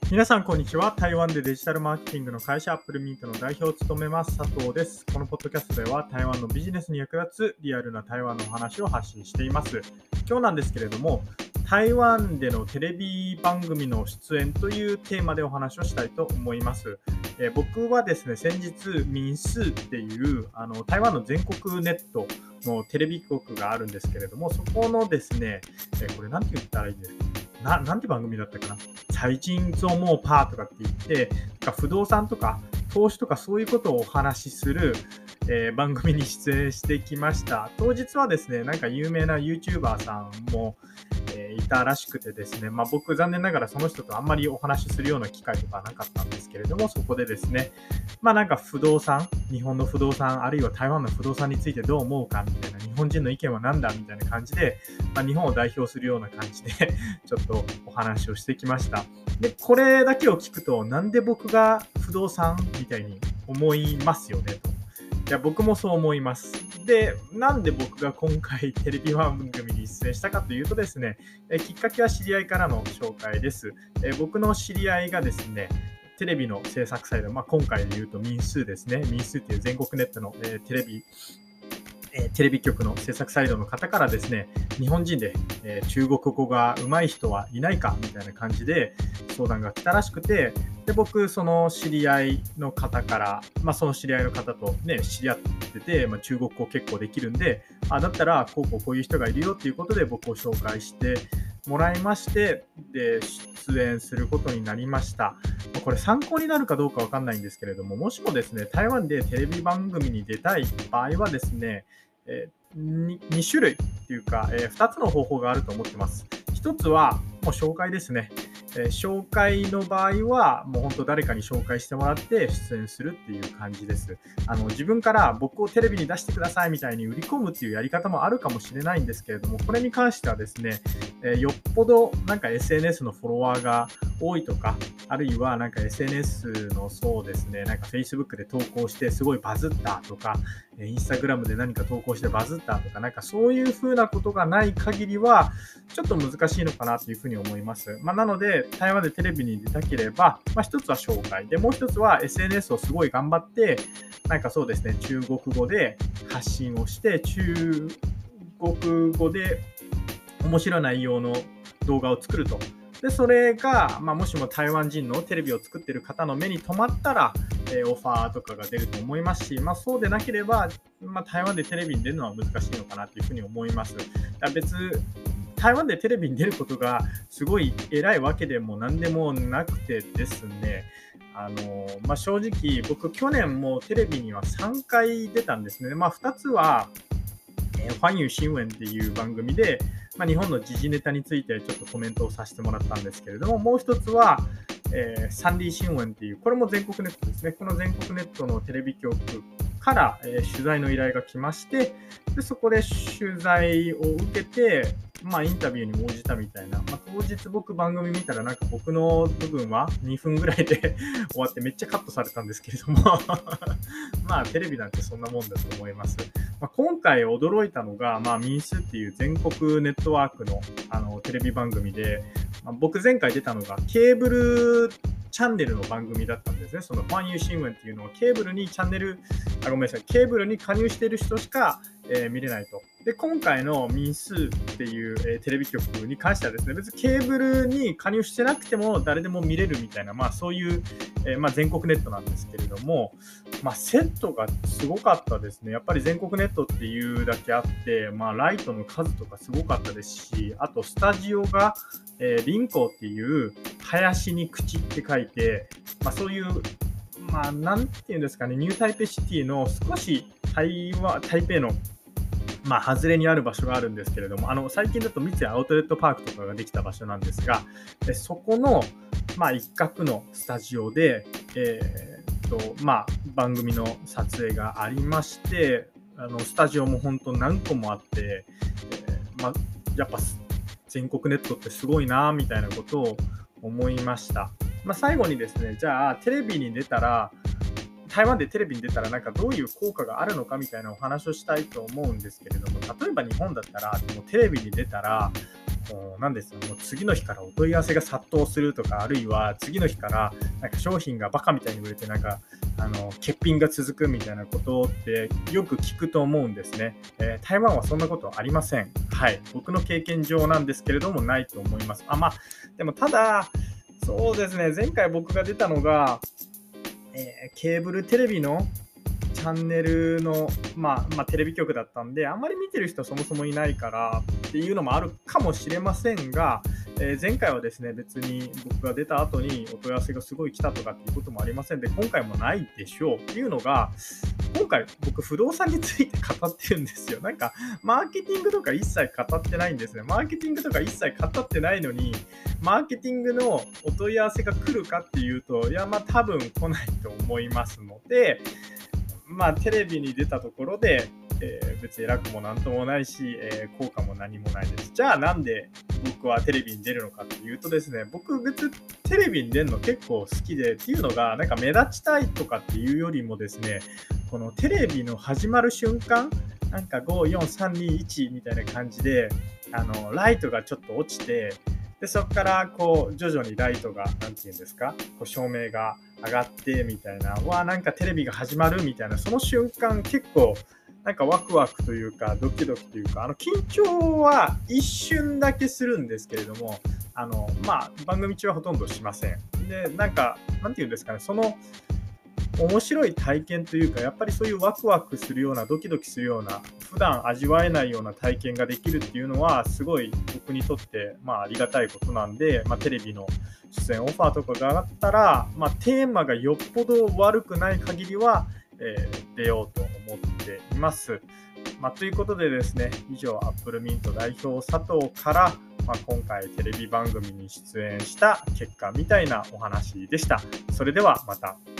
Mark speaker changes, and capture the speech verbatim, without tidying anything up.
Speaker 1: 皆さんこんにちは。台湾でデジタルマーケティングの会社アップルミートの代表を務めます佐藤です。このポッドキャストでは台湾のビジネスに役立つリアルな台湾のお話を発信しています。今日なんですけれども、台湾でのテレビ番組の出演というテーマでお話をしたいと思います。えー、僕はですね、先日民数っていうあの台湾の全国ネットのテレビ局があるんですけれども、そこのですね、えー、これなんて言ったらいいんですかな、なんて番組だったかな財金増毛パーとかって言って、なんか不動産とか投資とかそういうことをお話しする、えー番組に出演してきました。当日はですね、なんか有名な YouTuber さんも、えーいたらしくてですね、まあ僕残念ながらその人とあんまりお話しするような機会とかなかったんですけれども、そこでですね、まあなんか不動産、日本の不動産、あるいは台湾の不動産についてどう思うかみたいな、日本人の意見は何だみたいな感じで、まあ、日本を代表するような感じでちょっとお話をしてきました。で、これだけを聞くと、なんで僕が不動産みたいに思いますよねと。いや、僕もそう思います。で、なんで僕が今回テレビ番組に出演したかというとですね、えきっかけは知り合いからの紹介です。え僕の知り合いがですね、テレビの制作サイド、まあ、今回で言うと民数ですね。民数っていう全国ネットの、えーテレビえーテレビ局の制作サイドの方からですね、日本人で、えー中国語が上手い人はいないかみたいな感じで相談が来たらしくて、で僕その知り合いの方から、まあ、その知り合いの方とね知り合ってて、まあ、中国語結構できるんで、あだったらこうこうこういう人がいるよっていうことで僕を紹介してもらいまして、で出演することになりました。これ参考になるかどうかわかんないんですけれども、もしもですね台湾でテレビ番組に出たい場合はですね、えー、に, に種類っていうか、えー、ふたつの方法があると思ってます。ひとつはもう紹介ですね。えー紹介の場合はもう本当誰かに紹介してもらって出演するっていう感じです。あの自分から僕をテレビに出してくださいみたいに売り込むっていうやり方もあるかもしれないんですけれども、これに関してはですね、えーよっぽどなんか エスエヌエス のフォロワーが多いとか、あるいはなんか エスエヌエス のそうですね、なんか Facebook で投稿してすごいバズったとか、インスタグラムで何か投稿してバズったとか、なんかそういう風なことがない限りは、ちょっと難しいのかなというふうに思います。まあ、なので、台湾でテレビに出たければ、まあ、一つは紹介。で、もう一つは エスエヌエス をすごい頑張って、なんかそうですね、中国語で発信をして、中国語で面白い内容の動画を作ると。で、それが、まあ、もしも台湾人のテレビを作っている方の目に留まったら、えーオファーとかが出ると思いますし、まあ、そうでなければ、まあ、台湾でテレビに出るのは難しいのかなというふうに思います。だから別台湾でテレビに出ることがすごい偉いわけでも何でもなくてですね、あのまあ、正直僕去年もテレビにはさんかい出たんですね。まあ、ふたつはえーファンユー新聞っていう番組で、まあ、日本の時事ネタについてちょっとコメントをさせてもらったんですけれども、もう一つは、えーサンディ新聞っていう、これも全国ネットですね。この全国ネットのテレビ局から、えー取材の依頼が来まして、でそこで取材を受けて、まあ、インタビューに応じたみたいな、まあ、当日僕番組見たらなんか僕の部分はにふんぐらいで終わってめっちゃカットされたんですけれどもまあテレビなんてそんなもんだと思います。まあ、今回驚いたのが、まあ、民主っていう全国ネットワークの、あのテレビ番組で、まあ、僕前回出たのがケーブルチャンネルの番組だったんですね。そのファンユー新聞っていうのはケーブルにチャンネル、あ、ごめんなさい、ケーブルに加入している人しか、えー見れないと。で、今回の民数っていう、えーテレビ局に関してはですね、別にケーブルに加入してなくても誰でも見れるみたいな、まあそういう、えーまあ、全国ネットなんですけれども、まあ、セットがすごかったですね。やっぱり全国ネットっていうだけあって、まあ、ライトの数とかすごかったですし、あとスタジオが、えー、リンコっていう林に口って書いて、まあ、そういう、まあ、なんていうんですかね、ニュータイペシティの少し台湾、台北のまあ、外れにある場所があるんですけれども、あの最近だと三井アウトレットパークとかができた場所なんですが、えそこの、まあ、一角のスタジオで、えーっとまあ、番組の撮影がありまして、あのスタジオも本当何個もあって、えーまあ、やっぱ全国ネットってすごいなみたいなことを思いました。まあ、最後にですね、じゃあテレビに出たら台湾でテレビに出たらなんかどういう効果があるのかみたいなお話をしたいと思うんですけれども、例えば日本だったらもうテレビに出たらもう何ですか、もう次の日からお問い合わせが殺到するとか、あるいは次の日からなんか商品がバカみたいに売れて、なんかあの欠品が続くみたいなことってよく聞くと思うんですね。えー、台湾はそんなことありません。はい、僕の経験上なんですけれども、ないと思います。あ、まあでもただそうですね、前回僕が出たのが、えー、ケーブルテレビのチャンネルの、まあ、まあテレビ局だったんで、あんまり見てる人そもそもいないからっていうのもあるかもしれませんが、えー、前回はですね、別に僕が出た後にお問い合わせがすごい来たとかっていうこともありませんで、今回もないでしょうっていうのが、今回僕不動産について語ってるんですよ。なんかマーケティングとか一切語ってないんですね。マーケティングとか一切語ってないのに、マーケティングのお問い合わせが来るかっていうと、いやまあ多分来ないと思いますので、まあテレビに出たところで、えー、別に楽もなんともないし、えー、効果も何もないです。じゃあなんで僕はテレビに出るのかっていうとですね、僕別にテレビに出るの結構好きでっていうのが、なんか目立ちたいとかっていうよりもですね、このテレビの始まる瞬間、なんかご、よん、さん、に、いちみたいな感じで、あのライトがちょっと落ちて、でそこからこう徐々にライトがなんていうんですか、こう照明が上がってみたいな、わあなんかテレビが始まるみたいな、その瞬間結構なんかワクワクというかドキドキというか、あの緊張は一瞬だけするんですけれども、あのまあ番組中はほとんどしません。でなんかなんていうんですかね、その面白い体験というか、やっぱりそういうワクワクするような、ドキドキするような、普段味わえないような体験ができるっていうのは、すごい僕にとって、まあ、ありがたいことなんで、まあ、テレビの出演オファーとかがあったら、まあ、テーマがよっぽど悪くない限りは、えー、出ようと思っています。まあ、ということでですね、以上、アップルミント代表佐藤から、まあ、今回テレビ番組に出演した結果みたいなお話でした。それではまた。